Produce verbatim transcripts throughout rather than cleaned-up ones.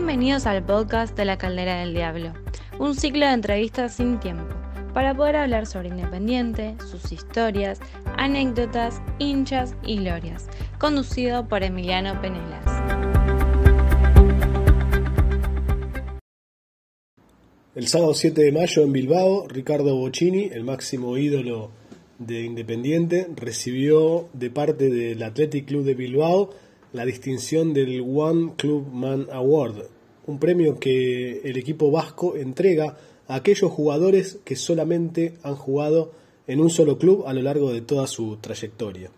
Bienvenidos al podcast de La Caldera del Diablo, un ciclo de entrevistas sin tiempo, para poder hablar sobre Independiente, sus historias, anécdotas, hinchas y glorias, conducido por Emiliano Penelas. El sábado siete de mayo en Bilbao, Ricardo Bocchini, el máximo ídolo de Independiente, recibió de parte del Athletic Club de Bilbao la distinción del One Club Man Award, un premio que el equipo vasco entrega a aquellos jugadores que solamente han jugado en un solo club a lo largo de toda su trayectoria.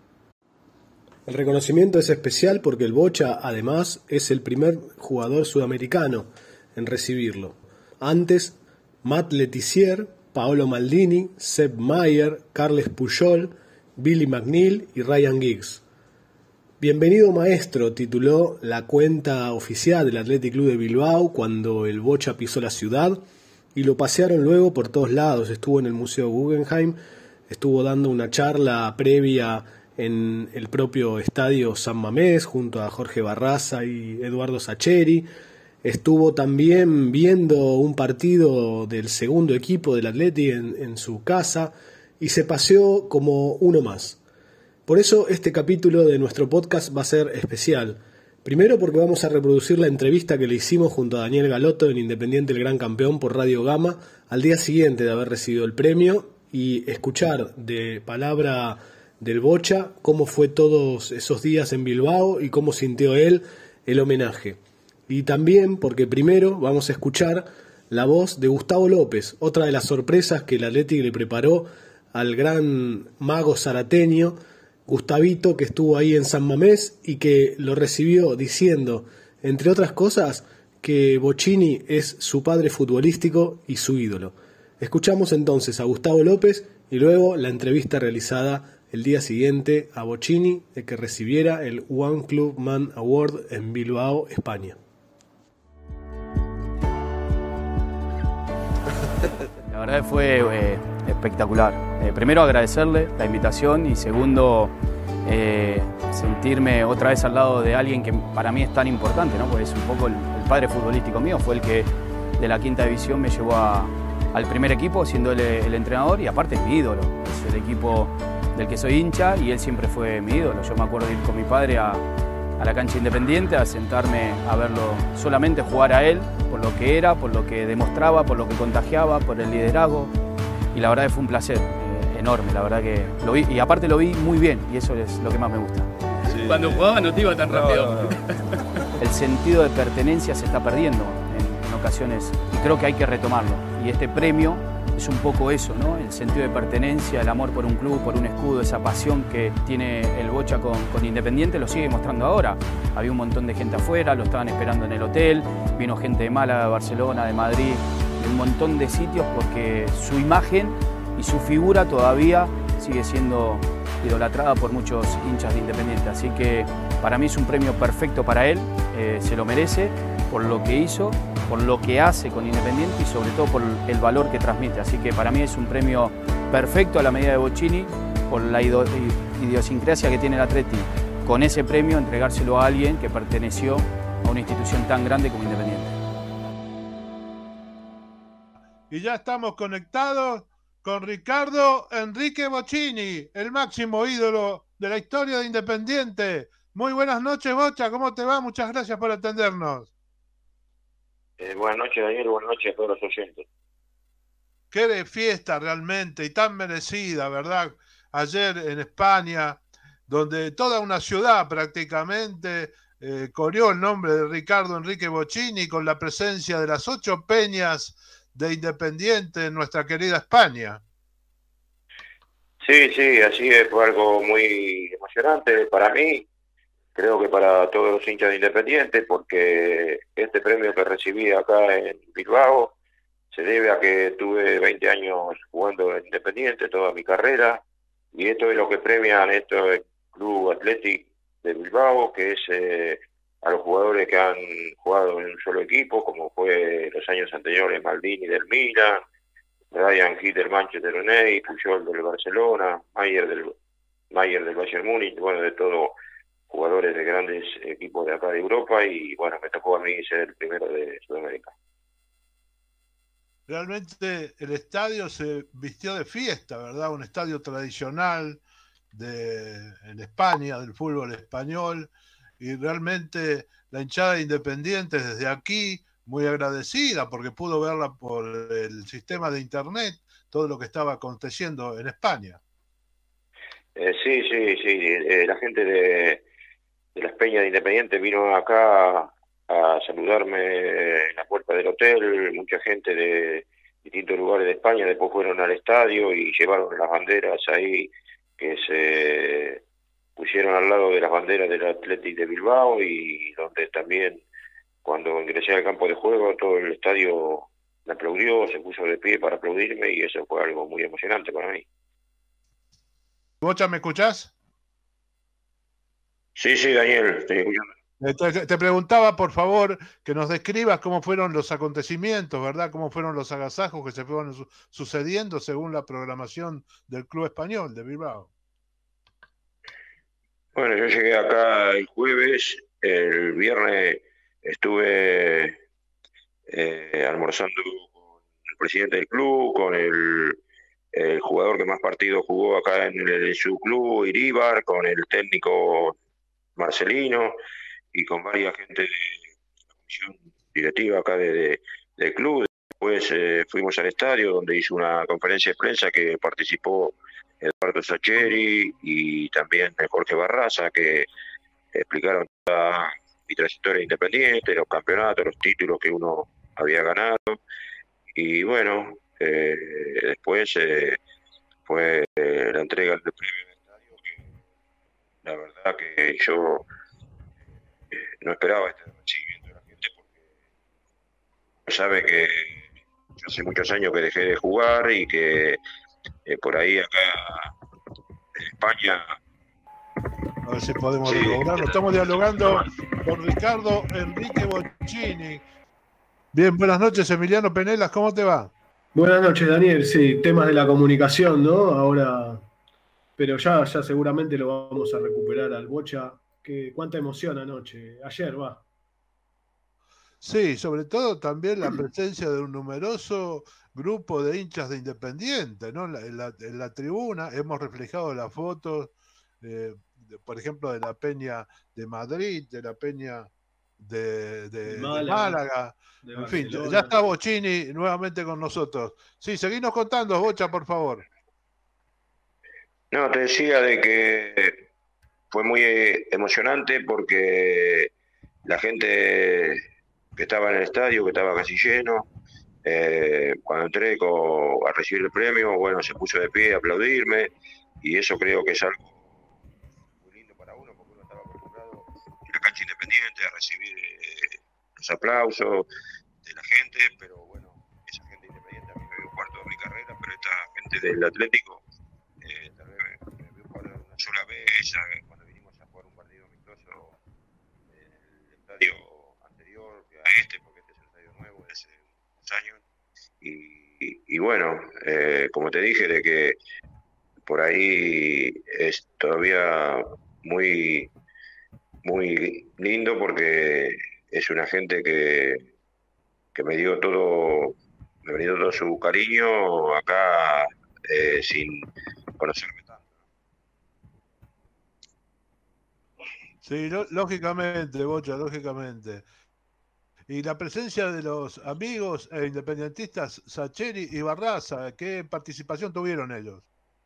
El reconocimiento es especial porque el Bocha, además, es el primer jugador sudamericano en recibirlo. Antes, Matt Letizier, Paolo Maldini, Sepp Maier, Carles Puyol, Billy McNeil y Ryan Giggs. Bienvenido maestro, tituló la cuenta oficial del Athletic Club de Bilbao cuando el Bocha pisó la ciudad y lo pasearon luego por todos lados. Estuvo en el Museo Guggenheim, estuvo dando una charla previa en el propio estadio San Mamés junto a Jorge Barraza y Eduardo Sacheri. Estuvo también viendo un partido del segundo equipo del Athletic en, en su casa y se paseó como uno más. Por eso este capítulo de nuestro podcast va a ser especial. Primero porque vamos a reproducir la entrevista que le hicimos junto a Daniel Galotto en Independiente el Gran Campeón por Radio Gama al día siguiente de haber recibido el premio y escuchar de palabra del Bocha cómo fue todos esos días en Bilbao y cómo sintió él el homenaje. Y también porque primero vamos a escuchar la voz de Gustavo López, otra de las sorpresas que el Athletic le preparó al gran mago zarateño, Gustavito, que estuvo ahí en San Mamés y que lo recibió diciendo, entre otras cosas, que Bocchini es su padre futbolístico y su ídolo. Escuchamos entonces a Gustavo López y luego la entrevista realizada el día siguiente a Bocchini de que recibiera el One Club Man Award en Bilbao, España. La verdad fue eh, espectacular. Eh, primero agradecerle la invitación y segundo eh, sentirme otra vez al lado de alguien que para mí es tan importante, ¿no? Porque es un poco el, el padre futbolístico mío, fue el que de la quinta división me llevó a, al primer equipo siendo él el entrenador y aparte es mi ídolo, es el equipo del que soy hincha y él siempre fue mi ídolo. Yo me acuerdo de ir con mi padre a, a la cancha Independiente, a sentarme a verlo solamente jugar a él, por lo que era, por lo que demostraba, por lo que contagiaba, por el liderazgo. Y la verdad que fue un placer eh, enorme, la verdad que lo vi, y aparte lo vi muy bien, y eso es lo que más me gusta. Sí. Cuando jugaba no te iba tan rápido. No, no, no. El sentido de pertenencia se está perdiendo en, en ocasiones, y creo que hay que retomarlo. Y este premio es un poco eso, ¿no? El sentido de pertenencia, el amor por un club, por un escudo, esa pasión que tiene el Bocha con, con Independiente, lo sigue mostrando ahora. Había un montón de gente afuera, lo estaban esperando en el hotel, vino gente de Málaga, de Barcelona, de Madrid, de un montón de sitios porque su imagen y su figura todavía sigue siendo idolatrada por muchos hinchas de Independiente. Así que para mí es un premio perfecto para él, eh, se lo merece por lo que hizo, por lo que hace con Independiente y sobre todo por el valor que transmite. Así que para mí es un premio perfecto a la medida de Bocchini, por la idiosincrasia que tiene el Atleti. Con ese premio entregárselo a alguien que perteneció a una institución tan grande como Independiente. Y ya estamos conectados con Ricardo Enrique Bocchini, el máximo ídolo de la historia de Independiente. Muy buenas noches, Bocha, ¿cómo te va? Muchas gracias por atendernos. Eh, buenas noches, Daniel, buenas noches a todos los oyentes. Qué de fiesta realmente y tan merecida, ¿verdad? Ayer en España, donde toda una ciudad prácticamente eh, coreó el nombre de Ricardo Enrique Bocchini con la presencia de las ocho peñas de Independiente en nuestra querida España. Sí, sí, así es, fue algo muy emocionante para mí, creo que para todos los hinchas de Independiente, porque este premio que recibí acá en Bilbao se debe a que tuve veinte años jugando en Independiente toda mi carrera, y esto es lo que premian este Club Athletic de Bilbao, que es eh, a los jugadores que han jugado en un solo equipo, como fue los años anteriores Maldini del Milan, Ryan Giggs del Manchester United, Puyol del Barcelona, Maier del, Maier del Bayern Múnich, bueno, de todo jugadores de grandes equipos de acá de Europa y bueno, me tocó a mí ser el primero de Sudamérica. Realmente el estadio se vistió de fiesta, ¿verdad? Un estadio tradicional de, en España, del fútbol español, y realmente la hinchada de Independiente desde aquí, muy agradecida porque pudo verla por el sistema de internet, todo lo que estaba aconteciendo en España. Eh, sí, sí, sí, eh, la gente de, de las Peñas de Independiente vino acá a saludarme en la puerta del hotel, mucha gente de distintos lugares de España, después fueron al estadio y llevaron las banderas ahí que se pusieron al lado de las banderas del Athletic de Bilbao, y donde también cuando ingresé al campo de juego todo el estadio me aplaudió, se puso de pie para aplaudirme y eso fue algo muy emocionante para mí. ¿Bocha, me escuchás? Sí, sí, Daniel, estoy escuchando. Te, te preguntaba, por favor, que nos describas cómo fueron los acontecimientos, ¿verdad? Cómo fueron los agasajos que se fueron su sucediendo según la programación del Club Español de Bilbao. Bueno, yo llegué acá el jueves, el viernes estuve eh, almorzando con el presidente del club, con el, el jugador que más partidos jugó acá en, el, en su club, Iríbar, con el técnico Marcelino y con varias gente de la comisión directiva acá de, de, del club. Después eh, fuimos al estadio donde hizo una conferencia de prensa que participó Eduardo Sacheri y también Jorge Barraza, que explicaron toda mi trayectoria independiente, los campeonatos, los títulos que uno había ganado. Y bueno, eh, después eh, fue eh, la entrega del premio del estadio, que la verdad que yo eh, no esperaba este recibimiento de la gente, porque sabe que hace muchos años que dejé de jugar y que eh, por ahí acá en España. A ver si podemos sí, lograrlo. Estamos dialogando con Ricardo Enrique Bocchini. Bien, buenas noches, Emiliano Penelas, ¿cómo te va? Buenas noches, Daniel. Sí, temas de la comunicación, ¿no? Ahora, pero ya, ya seguramente lo vamos a recuperar al Bocha. ¿Qué, cuánta emoción anoche? Ayer, va. Sí, sobre todo también la presencia de un numeroso grupo de hinchas de Independiente, ¿no? En la, en la, en la tribuna hemos reflejado las fotos, eh, de, por ejemplo, de la Peña de Madrid, de la Peña de, de, de Málaga, de Málaga. De en fin, ya, ya está Bocchini nuevamente con nosotros. Sí, seguinos contando, Bocha, por favor. No, te decía de que fue muy emocionante porque la gente que estaba en el estadio, que estaba casi lleno, eh, cuando entré con, a recibir el premio, bueno, se puso de pie a aplaudirme, y eso creo que es algo muy lindo para uno, porque uno estaba acostumbrado en la cancha Independiente a recibir eh, los aplausos de la gente, pero bueno, esa gente Independiente a mí me vio jugar toda mi carrera, pero esta gente del Atlético eh, tal vez me, me vio jugar una sola vez, eh, cuando vinimos a jugar un partido amistoso en el estadio anterior a este, porque este es un estadio nuevo de hace unos años, y, y bueno, eh, como te dije, de que por ahí es todavía muy muy lindo, porque es una gente que, que me dio todo me dio todo su cariño acá, eh, sin conocerme tanto. Sí, lógicamente, Bocha, lógicamente. Y la presencia de los amigos e independentistas Sacheri y Barraza, ¿qué participación tuvieron ellos?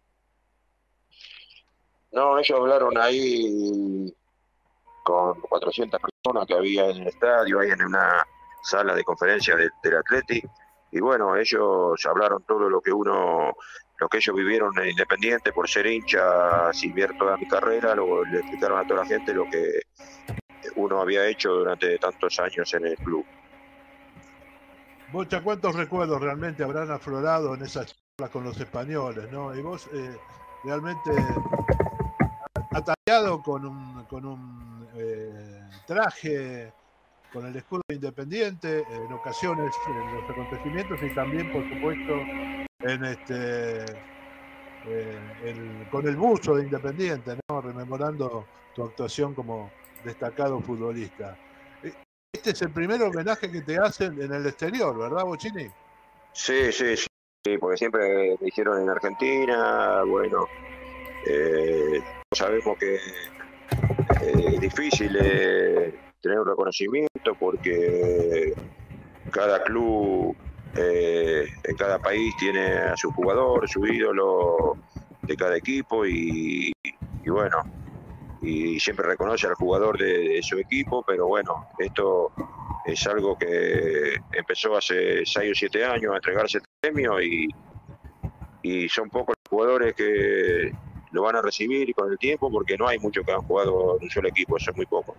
No, ellos hablaron ahí con cuatrocientas personas que había en el estadio, ahí en una sala de conferencia de, del Athletic, y bueno, ellos hablaron todo lo que uno, lo que ellos vivieron en Independiente por ser hincha, sin ver toda mi carrera, luego le explicaron a toda la gente lo que uno había hecho durante tantos años en el club. Bocha, ¿cuántos recuerdos realmente habrán aflorado en esas charlas con los españoles, ¿no? Y vos eh, realmente ataviado con un, con un eh, traje, con el escudo Independiente, en ocasiones en los acontecimientos, y también, por supuesto, en este eh, el, con el buzo de Independiente, ¿no? estamos rememorando tu actuación como destacado futbolista. Este es el primer homenaje que te hacen en el exterior, ¿verdad, Bocchini? Sí, sí, sí, sí, porque siempre me hicieron en Argentina. Bueno, eh, sabemos que es difícil eh, tener un reconocimiento porque cada club eh, en cada país tiene a su jugador, su ídolo de cada equipo y, y bueno, y siempre reconoce al jugador de, de su equipo, pero bueno, esto es algo que empezó hace seis o siete años a entregarse el premio y, y son pocos los jugadores que lo van a recibir con el tiempo porque no hay muchos que han jugado en un solo equipo, eso es muy poco.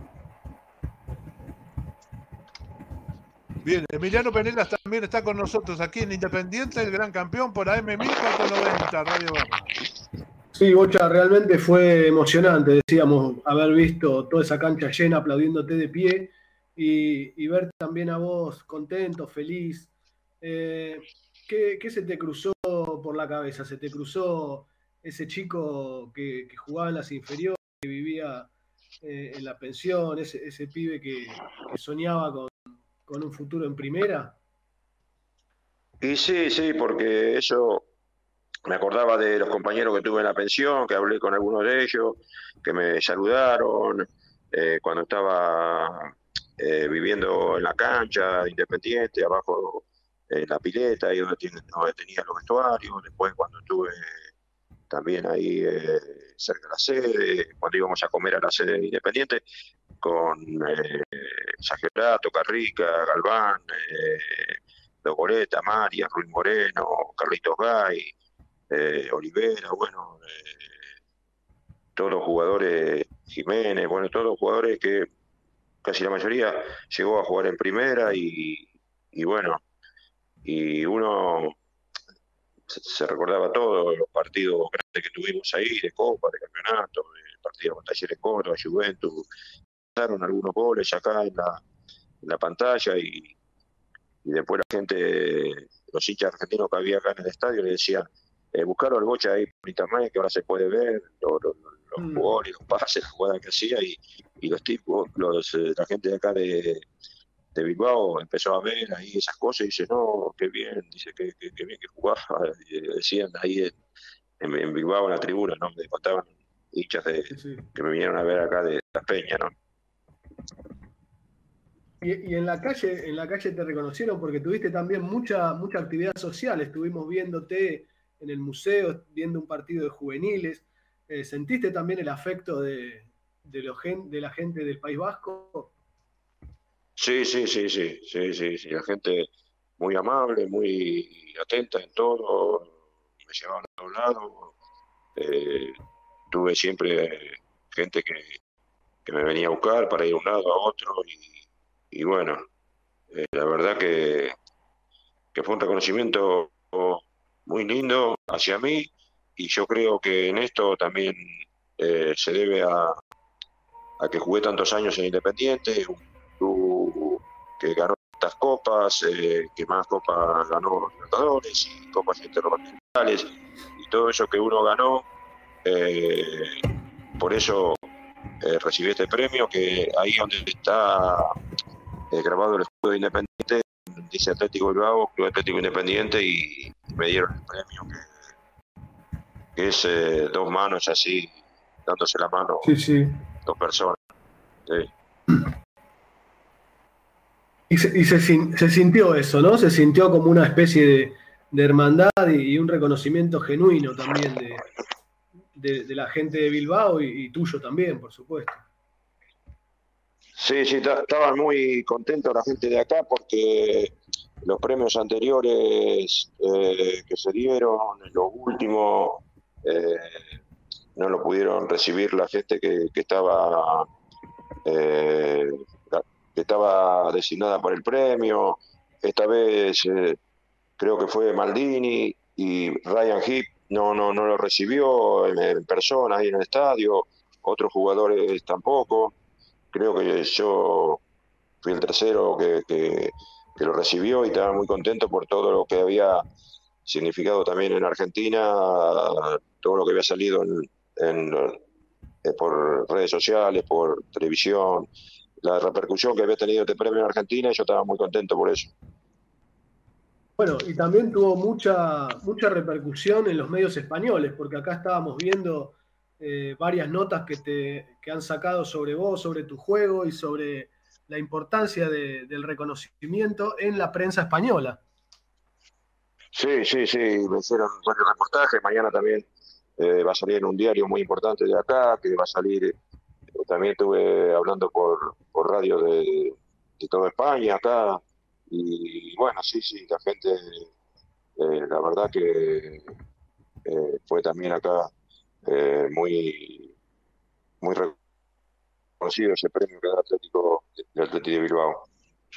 Bien, Emiliano Penelas también está con nosotros aquí en Independiente, el gran campeón por A M mil cuatrocientos noventa, Radio Barra. Sí, Bocha, realmente fue emocionante, decíamos, haber visto toda esa cancha llena aplaudiéndote de pie y, y ver también a vos contento, feliz. Eh, ¿qué, ¿Qué se te cruzó por la cabeza? ¿Se te cruzó ese chico que, que jugaba en las inferiores, que vivía eh, en la pensión, ese, ese pibe que, que soñaba con, con un futuro en primera? Y sí, sí, porque eso me acordaba de los compañeros que tuve en la pensión, que hablé con algunos de ellos, que me saludaron eh, cuando estaba eh, viviendo en la cancha de Independiente, abajo en la pileta, ahí donde, tiene, donde tenía los vestuarios. Después cuando estuve también ahí eh, cerca de la sede, cuando íbamos a comer a la sede de Independiente, con eh, Sagerato, Carrica, Galván, eh, Dogoreta, María, Ruiz Moreno, Carlitos Gay, eh, Olivera, bueno, eh, todos los jugadores, Jiménez, bueno, todos los jugadores que casi la mayoría llegó a jugar en primera y, y bueno, y uno se, se recordaba todos los partidos grandes que tuvimos ahí, de Copa, de Campeonato, el partido con Talleres Córdoba, Juventus, pasaron algunos goles acá en la, en la pantalla y, y después la gente, los hinchas argentinos que había acá en el estadio le decían, eh, buscaron al Bocha ahí por internet, que ahora se puede ver los, los, los mm. jugadores, los pases, las jugadas que hacía y, y los tipos, los, eh, la gente de acá de, de Bilbao empezó a ver ahí esas cosas y dice, no, qué bien, dice, qué, qué, qué bien que jugaba, y decían ahí en, en, en Bilbao en la tribuna, ¿no? Me contaban hinchas de, sí, sí. que me vinieron a ver acá de Las Peñas, ¿no? Y, y en la calle, en la calle te reconocieron porque tuviste también mucha, mucha actividad social. Estuvimos viéndote en el museo, viendo un partido de juveniles. Eh, ¿Sentiste también el afecto de, de, lo, de la gente del País Vasco? Sí, sí, sí, sí, sí, sí, sí. La gente muy amable, muy atenta en todo. Me llevaban a todos lados. Eh, tuve siempre gente que, que me venía a buscar para ir a un lado a otro y Y bueno, eh, la verdad que, que fue un reconocimiento muy lindo hacia mí y yo creo que en esto también eh, se debe a, a que jugué tantos años en Independiente, un club que ganó estas copas, eh, que más copas ganó Libertadores y copas intercontinentales y todo eso que uno ganó, eh, por eso eh, recibí este premio que ahí donde está Eh, grabado el escudo de Independiente, dice Atlético Bilbao, Club Atlético Independiente, y me dieron el premio que, que es eh, dos manos así, dándose la mano, sí, sí. dos personas. Sí. Y, se, y se, se sintió eso, ¿no? Se sintió como una especie de, de hermandad y, y un reconocimiento genuino también de, de, de la gente de Bilbao y, y tuyo también, por supuesto. Sí, sí, estaban muy contentos la gente de acá porque los premios anteriores eh, que se dieron, los últimos, eh, no lo pudieron recibir la gente que, que estaba eh, que estaba designada por el premio. Esta vez eh, creo que fue Maldini y Ryan Heap no, no, no lo recibió en, en persona ahí en el estadio, otros jugadores tampoco. Creo que yo fui el tercero que, que, que lo recibió y estaba muy contento por todo lo que había significado también en Argentina, todo lo que había salido en, en, eh, por redes sociales, por televisión, la repercusión que había tenido este premio en Argentina, y yo estaba muy contento por eso. Bueno, y también tuvo mucha, mucha repercusión en los medios españoles, porque acá estábamos viendo eh, varias notas que, te, que han sacado sobre vos, sobre tu juego y sobre la importancia de, del reconocimiento en la prensa española. Sí, sí, sí, me hicieron varios reportajes. Mañana también eh, va a salir en un diario muy importante de acá, que va a salir, eh, también estuve hablando por, por radio de, de toda España acá. Y bueno, sí, sí, la gente, eh, la verdad que eh, fue también acá eh, muy, muy reconocido ese premio que da Atlético, de Atlético de Bilbao.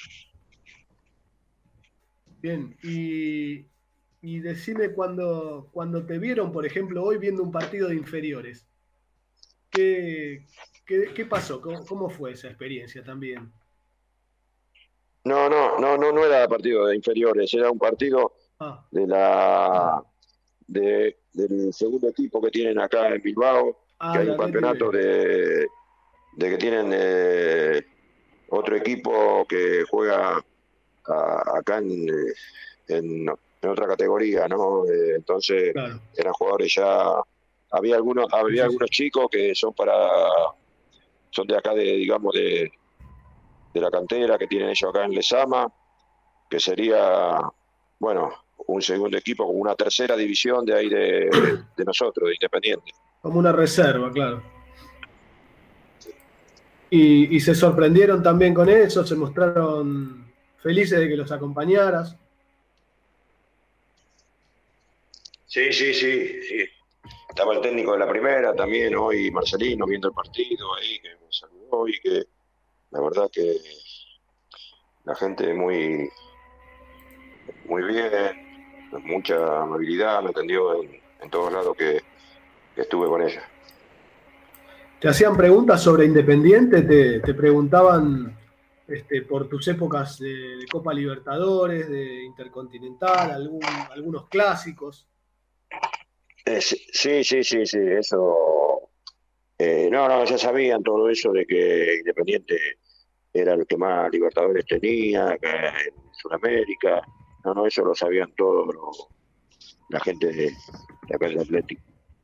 Bien, y, y decime cuando, cuando te vieron, por ejemplo, hoy viendo un partido de inferiores, ¿qué, qué, qué pasó? ¿Cómo, ¿Cómo fue esa experiencia también? No, no, no, no, no era partido de inferiores, era un partido Ah, de la de, del segundo equipo que tienen acá en Bilbao, que ah, hay el un Atleti campeonato B. de, de que tienen eh, otro equipo que juega a, acá en, en, en otra categoría, ¿no? Eh, entonces Claro, eran jugadores ya, había algunos, sí, había sí, sí. algunos chicos que son para, son de acá de, digamos, de, de la cantera que tienen ellos acá en Lezama, que sería, bueno, un segundo equipo con una tercera división de ahí de, de nosotros, de Independiente. Como una reserva, claro. Y, y se sorprendieron también con eso, se mostraron felices de que los acompañaras. Sí, sí, sí, sí. Estaba el técnico de la primera también hoy, Marcelino, viendo el partido ahí, que me saludó y que la verdad que la gente muy, muy bien, mucha amabilidad, me atendió en, en todos lados que, que estuve con ella. Te hacían preguntas sobre Independiente, te, te preguntaban este, por tus épocas de, de Copa Libertadores, de Intercontinental, algún, algunos clásicos. Eh, sí, sí, sí, sí, sí, eso. Eh, no, no, ya sabían todo eso de que Independiente era el que más Libertadores tenía, que en Sudamérica. No, no, eso lo sabían todos los- la gente de, de acá del Atlético.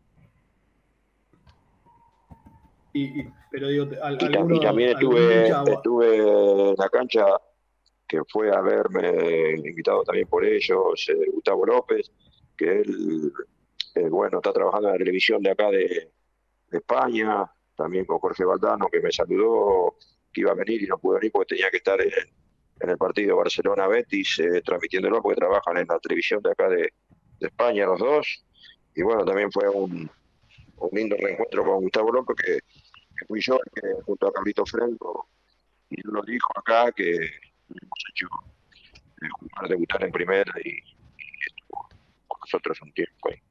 Y, y- pero digo, al- Y, tam- y alguno, también algún estuve, hincha. estuve en la cancha que fue a verme, invitado también por ellos, eh, Gustavo López, que él, eh, bueno, está trabajando en la televisión de acá de, de España, también con Jorge Valdano, que me saludó, que iba a venir y no pudo venir porque tenía que estar en, en el partido Barcelona-Betis, eh, transmitiéndolo, porque trabajan en la televisión de acá de, de España los dos. Y bueno, también fue un, un lindo reencuentro con Gustavo López, que, que fui yo, que junto a Carlito Franco, y él lo dijo acá, que hemos hecho eh, jugar, debutar en primera y, y estuvo con nosotros un tiempo ahí.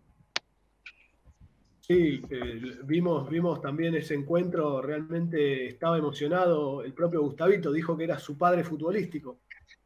Sí, eh, vimos, vimos también ese encuentro, realmente estaba emocionado. El propio Gustavito dijo que era su padre futbolístico.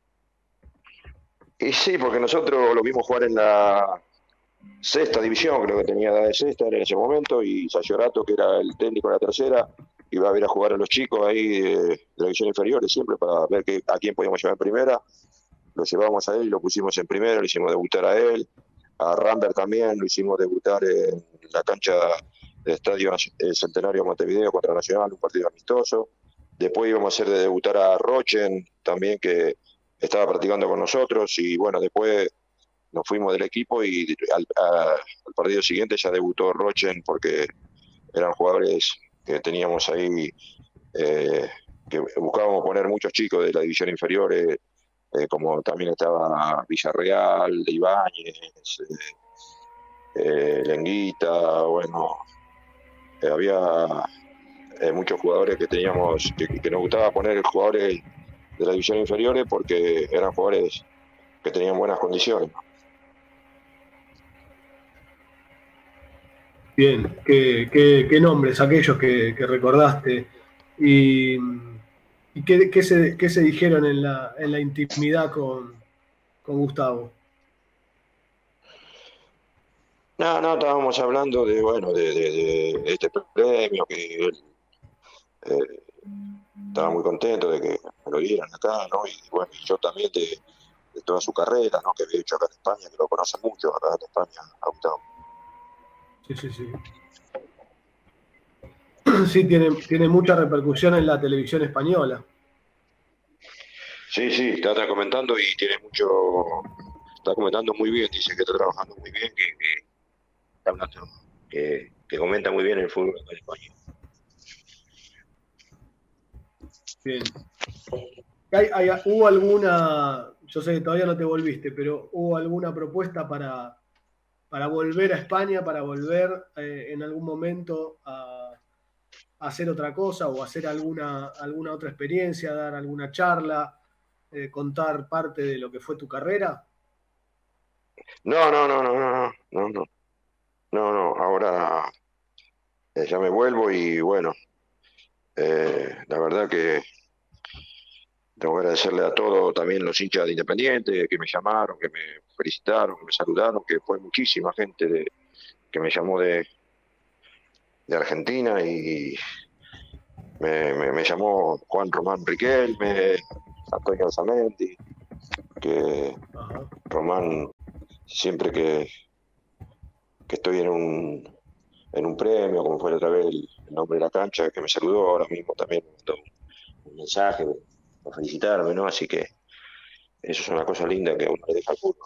Y sí, porque nosotros lo vimos jugar en la sexta división, creo que tenía edad de sexta en ese momento, y Sayorato, que era el técnico de la tercera, iba a ver a jugar a los chicos ahí de, de la división inferior siempre para ver que, a quién podíamos llevar en primera. Lo llevamos a él y lo pusimos en primera, lo hicimos debutar a él. A Rambert también lo hicimos debutar en la cancha del Estadio Centenario Montevideo contra Nacional, un partido amistoso. Después íbamos a hacer de debutar a Rochen también, que estaba practicando con nosotros, y bueno, después nos fuimos del equipo y al, a, al partido siguiente ya debutó Rochen, porque eran jugadores que teníamos ahí, eh, que buscábamos poner muchos chicos de la división inferior, eh, eh, como también estaba Villarreal, Ibáñez, eh, eh, Lenguita, bueno, eh, había eh, muchos jugadores que teníamos, que, que nos gustaba poner jugadores de la división inferiores porque eran jugadores que tenían buenas condiciones. Bien, qué, qué, qué nombres aquellos que, que recordaste. Y, y qué, qué, se, qué se dijeron en la, en la intimidad con, con Gustavo. No, no, estábamos hablando de, bueno, de, de, de este premio, que él eh, estaba muy contento de que me lo dieran acá, ¿no? Y bueno, y yo también de, de toda su carrera, ¿no? Que había hecho acá en España, que lo conoce mucho acá en España, a Gustavo. Sí, sí, sí. Sí, tiene, tiene mucha repercusión en la televisión española. Sí, sí, está comentando y tiene mucho, está comentando muy bien, dice que está trabajando muy bien, que, que está hablando, que, que comenta muy bien el fútbol en España. Bien. ¿Hay, hay, ¿Hubo alguna, yo sé que todavía no te volviste, pero hubo alguna propuesta para, para volver a España, para volver eh, en algún momento a, a hacer otra cosa o hacer alguna, alguna otra experiencia, dar alguna charla, eh, contar parte de lo que fue tu carrera? No, no, no, no, no, no, no, no, no, ahora eh, ya me vuelvo y bueno, eh, la verdad que tengo que agradecerle a todos, también los hinchas de Independiente, que me llamaron, que me felicitaron, que me saludaron, que fue muchísima gente de, que me llamó de, de Argentina y me, me, me llamó Juan Román Riquelme, Antonio Alzamendi, que Ajá. Román siempre que, que estoy en un, en un premio, como fue la otra vez el, el nombre de la cancha, que me saludó, ahora mismo también me mandó un, un mensaje para felicitarme, ¿no? Así que eso es una cosa linda que a uno le deja al fútbol.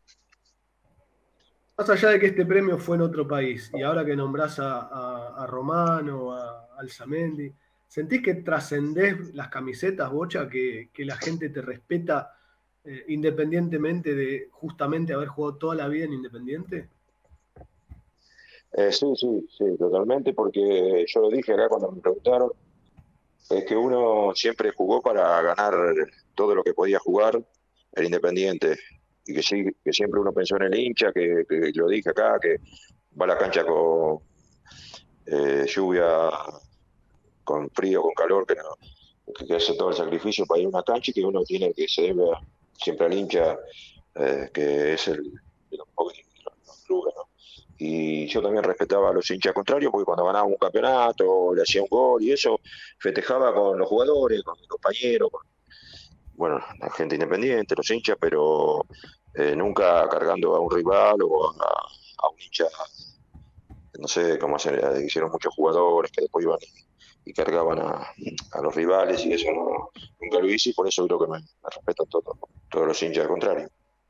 Más allá de que este premio fue en otro país, y ahora que nombrás a, a, a Román o a Alzamendi, ¿sentís que trascendés las camisetas, Bocha, que, que la gente te respeta eh, independientemente de justamente haber jugado toda la vida en Independiente? Eh, sí, sí, sí, totalmente, porque yo lo dije acá cuando me preguntaron, es que uno siempre jugó para ganar todo lo que podía jugar el Independiente, y que sí, que siempre uno pensó en el hincha, que, que lo dije acá, que va a la cancha con eh, lluvia, con frío, con calor, que, no, que, que hace todo el sacrificio para ir a una cancha y que uno tiene que se debe siempre al hincha, eh, que es el, el, los clubes, ¿no? Y yo también respetaba a los hinchas contrarios porque cuando ganaba un campeonato, le hacía un gol y eso, festejaba con los jugadores, con mis compañeros, con, bueno, la gente independiente, los hinchas, pero eh, nunca cargando a un rival o a, a un hincha, no sé cómo hacer, hicieron muchos jugadores que después iban y, y cargaban a, a los rivales y eso no, nunca lo hice y por eso creo que me, me respetan todo, todos los hinchas al contrario.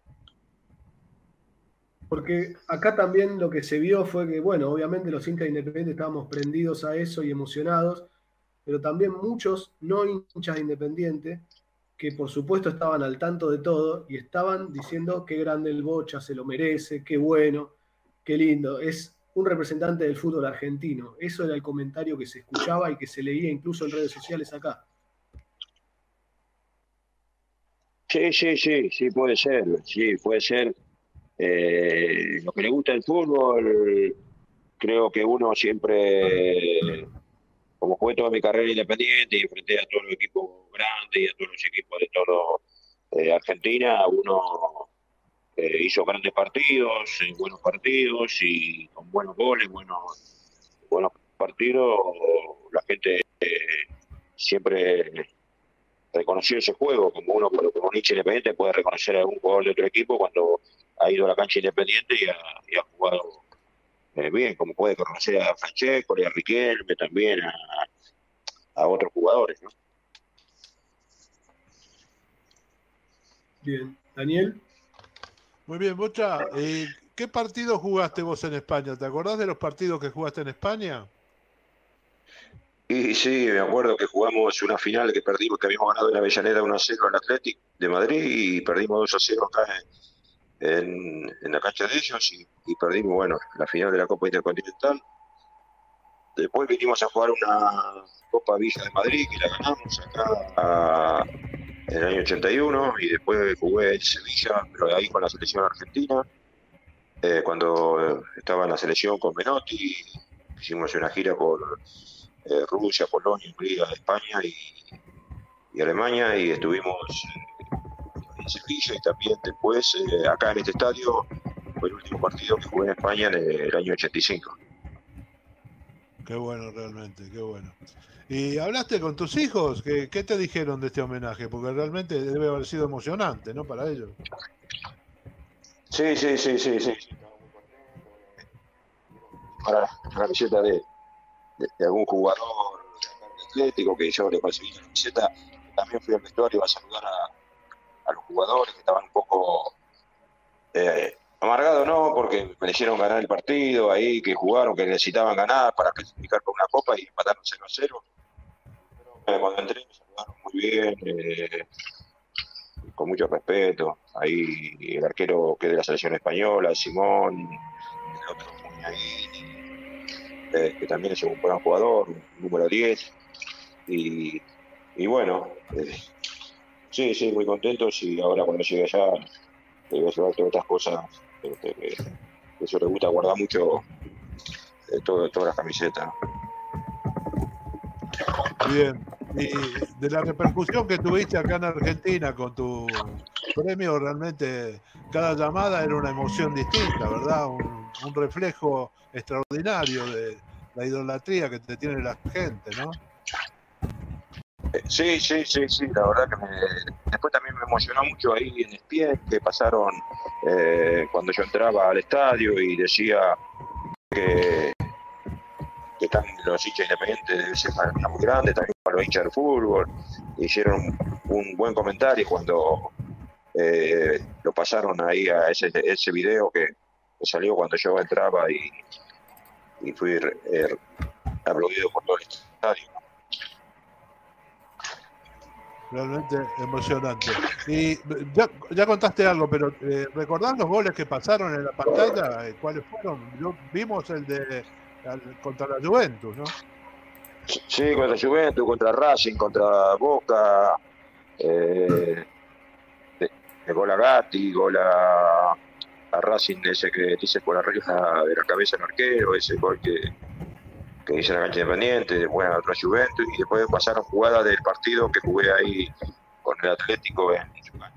Porque acá también lo que se vio fue que, bueno, obviamente los hinchas independientes estábamos prendidos a eso y emocionados, pero también muchos no hinchas independientes que por supuesto estaban al tanto de todo y estaban diciendo qué grande el Bocha, se lo merece, qué bueno, qué lindo. Es un representante del fútbol argentino. Eso era el comentario que se escuchaba y que se leía incluso en redes sociales acá. Sí, sí, sí, sí, puede ser, sí, puede ser. Eh, lo que le gusta el fútbol, creo que uno siempre, como jugué toda mi carrera independiente y enfrenté a todos los equipos grandes y a todos los equipos de todo eh, Argentina, uno eh, hizo grandes partidos, eh, buenos partidos y con buenos goles, buenos, buenos partidos, la gente eh, siempre reconoció ese juego, como uno como un hincha independiente puede reconocer a algún jugador de otro equipo cuando ha ido a la cancha independiente y ha, y ha jugado eh, bien, como puede reconocer a Francesco, a Riquelme, también a, a otros jugadores, ¿no? Bien. Daniel. Muy bien, Bocha. Eh, ¿Qué partido jugaste vos en España? ¿Te acordás de los partidos que jugaste en España? Y sí, me acuerdo que jugamos una final que perdimos, que habíamos ganado en Avellaneda uno a cero al Athletic de Madrid y perdimos dos a cero acá en, en, en la cancha de ellos y, y perdimos, bueno, la final de la Copa Intercontinental. Después vinimos a jugar una Copa Villa de Madrid que la ganamos acá a, en el año ochenta y uno y después jugué en Sevilla, pero ahí con la selección argentina, eh, cuando estaba en la selección con Menotti, hicimos una gira por Eh, Rusia, Polonia, Hungría, España y, y Alemania y estuvimos eh, en Sevilla y también después eh, acá en este estadio fue el último partido que jugué en España en el año ochenta y cinco. Qué bueno, realmente, qué bueno. ¿Y hablaste con tus hijos? ¿Qué, qué te dijeron de este homenaje? Porque realmente debe haber sido emocionante, ¿no? Para ellos. Sí, sí, sí, sí, sí. Para la camiseta de, de, de algún jugador atlético que yo le conseguí la camiseta, también fui al vestuario a saludar a, a los jugadores que estaban un poco eh, amargados, ¿no? Porque merecieron ganar el partido ahí, que jugaron, que necesitaban ganar para clasificar por una copa y empataron cero a cero. Eh, cuando entré me saludaron muy bien, eh, con mucho respeto. Ahí el arquero que es de la selección española, Simón, el otro Muñain, eh, que también es un buen jugador, número diez. Y, y bueno, eh, sí, sí, muy contentos. Y ahora cuando llegue allá, te voy a llevar todas estas cosas. Eh, eh, eso le gusta guardar mucho, eh, todo, todas las camisetas, ¿no? Bien. Y de la repercusión que tuviste acá en Argentina con tu premio, realmente cada llamada era una emoción distinta, ¿verdad? Un, un reflejo extraordinario de la idolatría que te tiene la gente, ¿no? Sí, sí, sí, sí, la verdad que me, después también me emocionó mucho ahí en Espien, que pasaron eh, cuando yo entraba al estadio y decía que, que están los hinchas independientes debe ser muy grande, también para los hinchas del fútbol. Hicieron un buen comentario cuando eh, lo pasaron ahí a ese, ese video que, que salió cuando yo entraba y, y fui eh, aplaudido por todo el estadio. Realmente emocionante. Y ya, ya contaste algo, pero eh, ¿recordás los goles que pasaron en la pantalla? Eh, ¿Cuáles fueron? Yo, vimos el de al, contra la Juventus, ¿no? Sí, contra Juventus, contra Racing, contra Boca, eh, de, de gol a Gatti, gol a, a Racing, ese que dice por arriba de la cabeza del arquero, ese gol que, que hice en la cancha Independiente, bueno, otra Juventus, y después pasaron jugadas del partido que jugué ahí con el Atlético en Yucatán.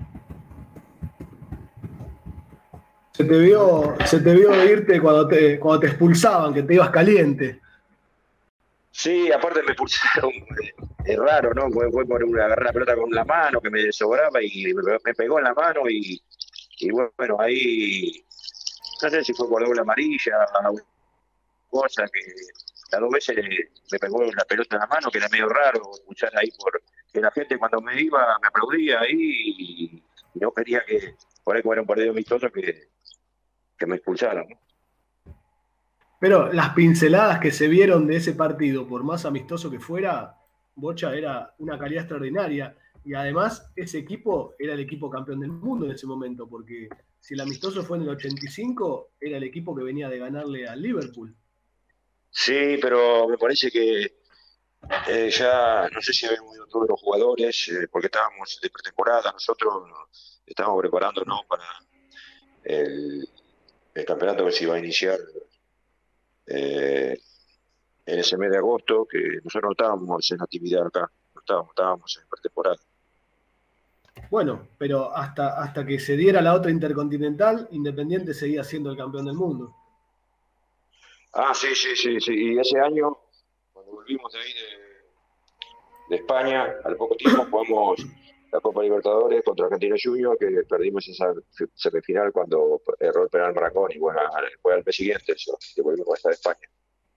Se te vio, se te vio irte cuando te, cuando te expulsaban, que te ibas caliente. Sí, aparte me expulsaron, es raro, ¿no? Fue, fue por una, agarrar la pelota con la mano que me sobraba y me, me pegó en la mano y, y bueno, ahí no sé si fue por doble amarilla, cosa que las dos veces me pegó la pelota en la mano, que era medio raro escuchar ahí, porque la gente cuando me iba me aplaudía ahí y, y no quería que, por ahí como era un partido amistoso, que, que me expulsaran, ¿no? Pero las pinceladas que se vieron de ese partido, por más amistoso que fuera, Bocha era una calidad extraordinaria. Y además, ese equipo era el equipo campeón del mundo en ese momento, porque si el amistoso fue en el ochenta y cinco, era el equipo que venía de ganarle al Liverpool. Sí, pero me parece que eh, ya, no sé si habíamos ido todos los jugadores, eh, porque estábamos de pretemporada, nosotros estábamos preparándonos para el, el campeonato que se iba a iniciar Eh, en ese mes de agosto, que nosotros no estábamos en actividad acá, no estábamos, estábamos en pretemporada. Bueno, pero hasta, hasta que se diera la otra Intercontinental, Independiente seguía siendo el campeón del mundo. Ah, sí, sí, sí, sí. Y ese año, cuando volvimos de ahí de, de España, al poco tiempo jugamos la Copa Libertadores contra Argentina Junior, que perdimos esa semifinal cuando erró el penal Maracón, y bueno, fue al mes siguiente eso, que volvimos a estar de España.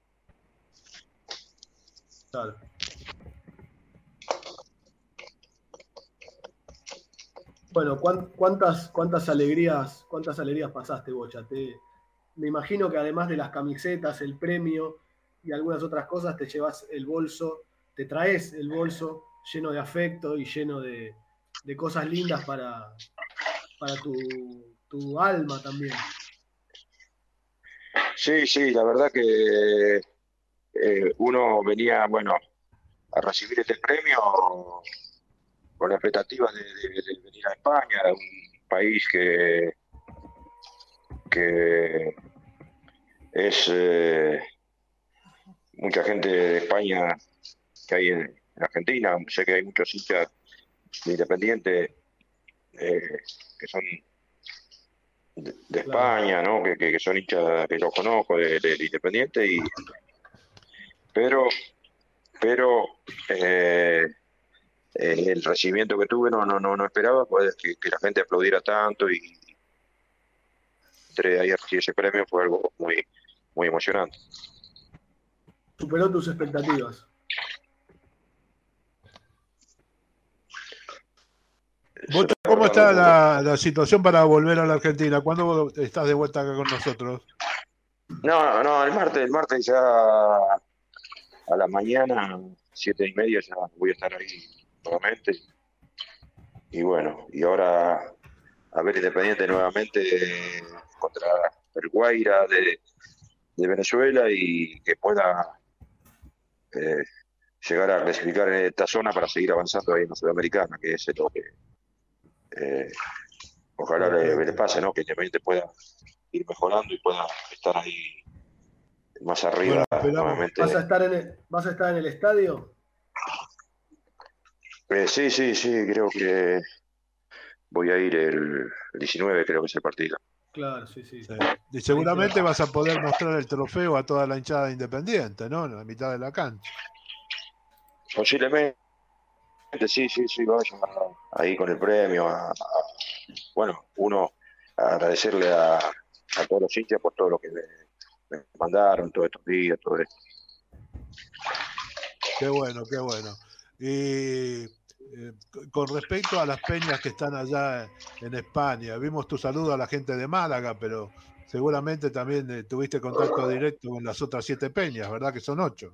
Claro. Bueno, ¿cuántas, cuántas alegrías, cuántas alegrías pasaste, Bocha? Te, me imagino que además de las camisetas, el premio y algunas otras cosas, te llevas el bolso, te traes el bolso lleno de afecto y lleno de, de cosas lindas para, para tu, tu alma también. Sí, sí, la verdad que eh, uno venía, bueno, a recibir este premio con la expectativa de, de, de venir a España, un país que, que es eh, mucha gente de España que hay en, en Argentina. Sé que hay muchos hinchas de Independiente eh, que son de, de España, ¿no? Que, que, que son hinchas que los conozco de, de, de Independiente, y, pero, pero eh, el recibimiento que tuve no, no, no, no esperaba pues, que, que la gente aplaudiera tanto, y entré ahí a recibir ese premio, fue algo muy, muy emocionante. Superó tus expectativas. Bocha, ¿cómo está la, la situación para volver a la Argentina? ¿Cuándo estás de vuelta acá con nosotros? No, no, el martes, el martes ya a la mañana, siete y media, ya voy a estar ahí nuevamente. Y bueno, y ahora a ver Independiente nuevamente contra el Guaira de, de Venezuela, y que pueda eh, llegar a clasificar en esta zona para seguir avanzando ahí en la Sudamericana, que es lo que eh, ojalá le, le pase, ¿no? Que Independiente pueda ir mejorando y pueda estar ahí más arriba. Bueno, nuevamente. ¿Vas a estar en el, ¿vas a estar en el estadio? Eh, sí, sí, sí, creo que voy a ir el, el diecinueve, creo que es el partido. Claro, sí, sí. Sí. Y seguramente vas a poder mostrar el trofeo a toda la hinchada Independiente, ¿no? En la mitad de la cancha. Posiblemente, sí, sí, sí, vaya ahí con el premio. A, a, bueno, uno, a agradecerle a, a todos los hinchas por todo lo que me, me mandaron todos estos días, todo esto. Qué bueno, qué bueno. Y eh, con respecto a las peñas que están allá en España, vimos tu saludo a la gente de Málaga, pero seguramente también eh, tuviste contacto directo con las otras siete peñas, ¿verdad? Que son ocho.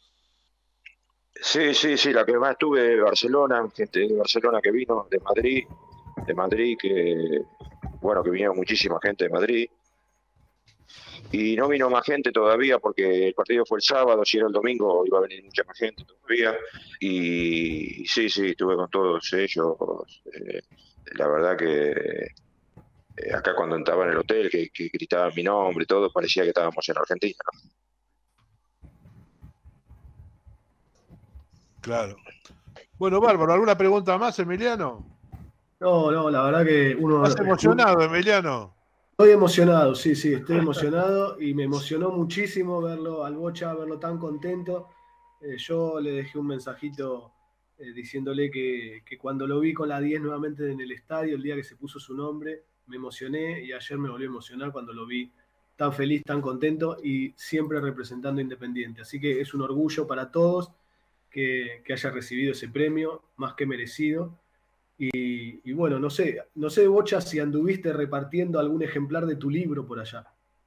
Sí, sí, sí, la que más estuve de Barcelona, gente de Barcelona que vino, de Madrid, de Madrid, que, bueno, que vinieron muchísima gente de Madrid. Y no vino más gente todavía porque el partido fue el sábado, si era el domingo iba a venir mucha más gente todavía. Y sí, sí, estuve con todos ellos. Eh, la verdad que eh, acá cuando entraba en el hotel, que, que gritaban mi nombre y todo, parecía que estábamos en Argentina, ¿no? Claro. Bueno, bárbaro, ¿alguna pregunta más, Emiliano? No, no, la verdad que uno... ¿Estás emocionado, Emiliano? Estoy emocionado, sí, sí, estoy emocionado y me emocionó muchísimo verlo al Bocha, verlo tan contento. Eh, yo le dejé un mensajito eh, diciéndole que, que cuando lo vi con la diez nuevamente en el estadio, el día que se puso su nombre, me emocioné, y ayer me volvió a emocionar cuando lo vi tan feliz, tan contento y siempre representando a Independiente. Así que es un orgullo para todos que, que haya recibido ese premio, más que merecido. Y, y bueno, no sé, no sé, Bocha, si anduviste repartiendo algún ejemplar de tu libro por allá.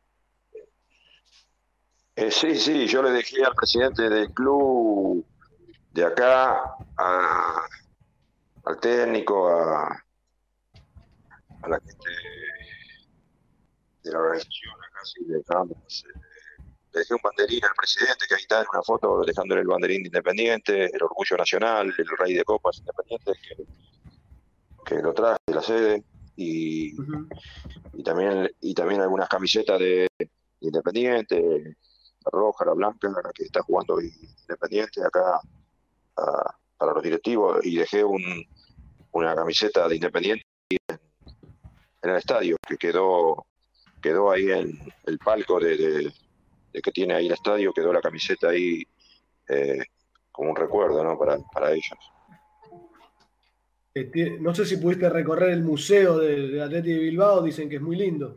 Eh, sí, sí, yo le dejé al presidente del club de acá, a, al técnico, a, a la gente de la organización, acá sí le dejamos. Eh, le dejé un banderín al presidente, que ahí está en una foto dejándole el banderín de Independiente, el orgullo nacional, el rey de copas Independiente, que, que lo traje de la sede, y, uh-huh. y también y también algunas camisetas de, de Independiente, la roja, la blanca, la que está jugando Independiente acá a, para los directivos, y dejé un, una camiseta de Independiente en, en el estadio, que quedó quedó ahí en el palco de, de, de que tiene ahí el estadio, quedó la camiseta ahí eh, como un recuerdo, ¿no? para, para ellos. Eh, no sé si pudiste recorrer el museo de, de Athletic de Bilbao, dicen que es muy lindo.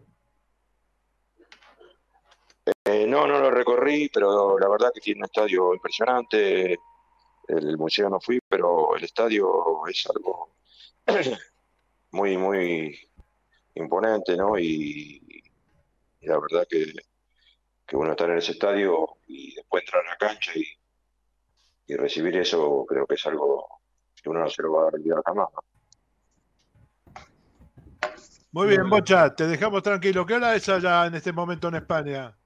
Eh, no, no lo recorrí, pero la verdad que tiene un estadio impresionante. El museo no fui, pero el estadio es algo muy, muy imponente, ¿no? Y, y la verdad que, que uno estar en ese estadio y después entrar a la cancha y, y recibir eso, creo que es algo que uno no se lo va a olvidar jamás, ¿no? Muy bien, Bocha, te dejamos tranquilo. ¿Qué hora es allá en este momento en España?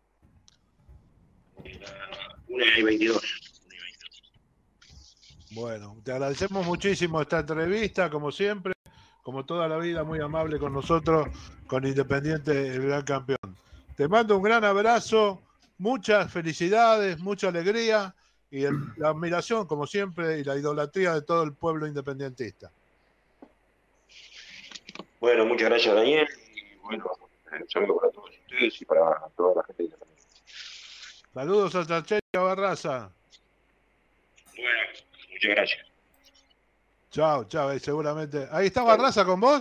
una y veintidós. Bueno, te agradecemos muchísimo esta entrevista, como siempre, como toda la vida, muy amable con nosotros, con Independiente, el gran campeón. Te mando un gran abrazo, muchas felicidades, mucha alegría y el, la admiración, como siempre, y la idolatría de todo el pueblo independentista. Bueno, muchas gracias, Daniel, y bueno, Un saludo para todos ustedes y para toda la gente independiente. Saludos a Chachel y a Barraza. Bueno, muchas gracias. Chao, chao, ahí seguramente. ¿Ahí está Barraza con vos?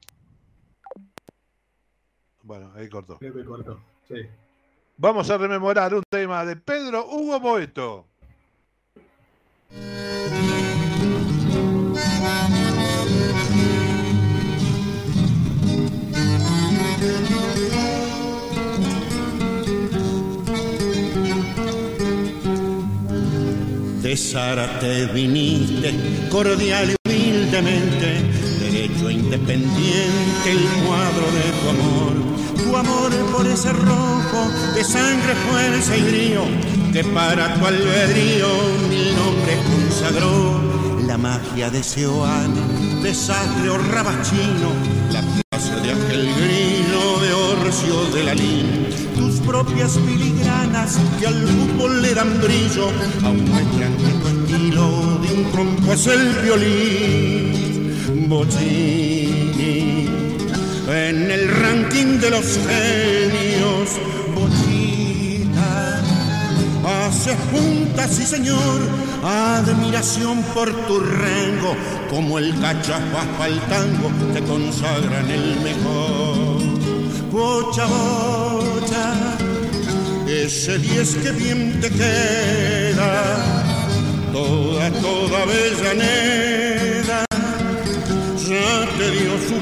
Bueno, ahí cortó. Me cortó, sí. Vamos a rememorar un tema de Pedro Hugo Boeto. De Zárate viniste, cordial y humildemente, derecho e independiente, el cuadro de tu amor. Tu amor por ese rojo de sangre, fuerza y brío, que para tu albedrío mil nombres consagró. La magia de ese Oane, de Sagre o Rabachino, la clase de aquel grino de Orcio de la Lin. Tus propias filigranas que al fútbol le dan brillo, aún muestran que tu estilo de un trompo es el violín. Bochini, en el ranking de los genios, Bochita, haces puntas, sí señor, admiración por tu rango, como el cachafas pa'l tango, te consagran el mejor. Bocha, bocha, ese diez que bien te queda, toda, toda Avellaneda ya te dio su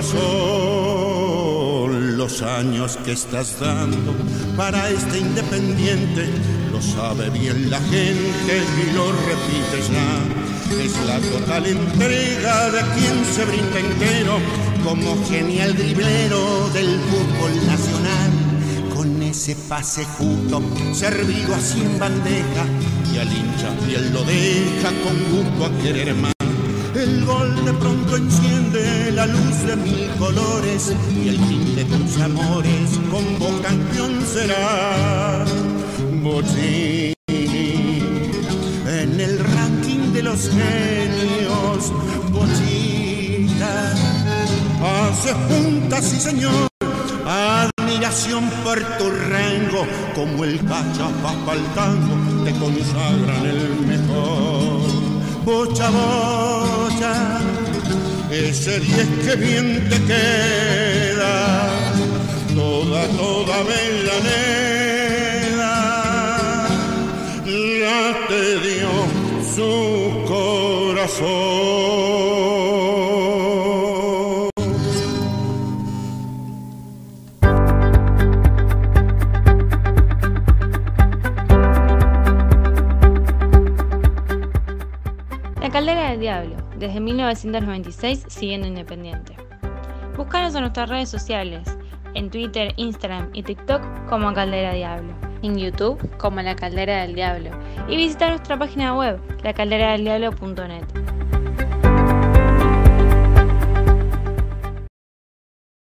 corazón. Los años que estás dando para este Independiente lo sabe bien la gente y lo repite ya. Es la total entrega de quien se brinda entero como genial driblero del fútbol nacional. Con ese pase justo, servido así en bandeja, y al hincha fiel lo deja con gusto a querer más. El gol de pronto enciende la luz de mil colores, y el fin de tus amores con vos campeón será. Bochini, en el ranking de los genios, Bochita, haces puntas, sí señor, admiración por tu rango, como el cachafas pa'l tango, te consagran el mejor. Bocha, bocha, ese diez que bien te queda, toda, toda Avellaneda ya te dio su corazón. La Caldera del Diablo, desde mil novecientos noventa y seis siguiendo Independiente. Búscanos en nuestras redes sociales, en Twitter, Instagram y TikTok como Caldera Diablo, en YouTube como La Caldera del Diablo y visita nuestra página web, la caldera del diablo punto net.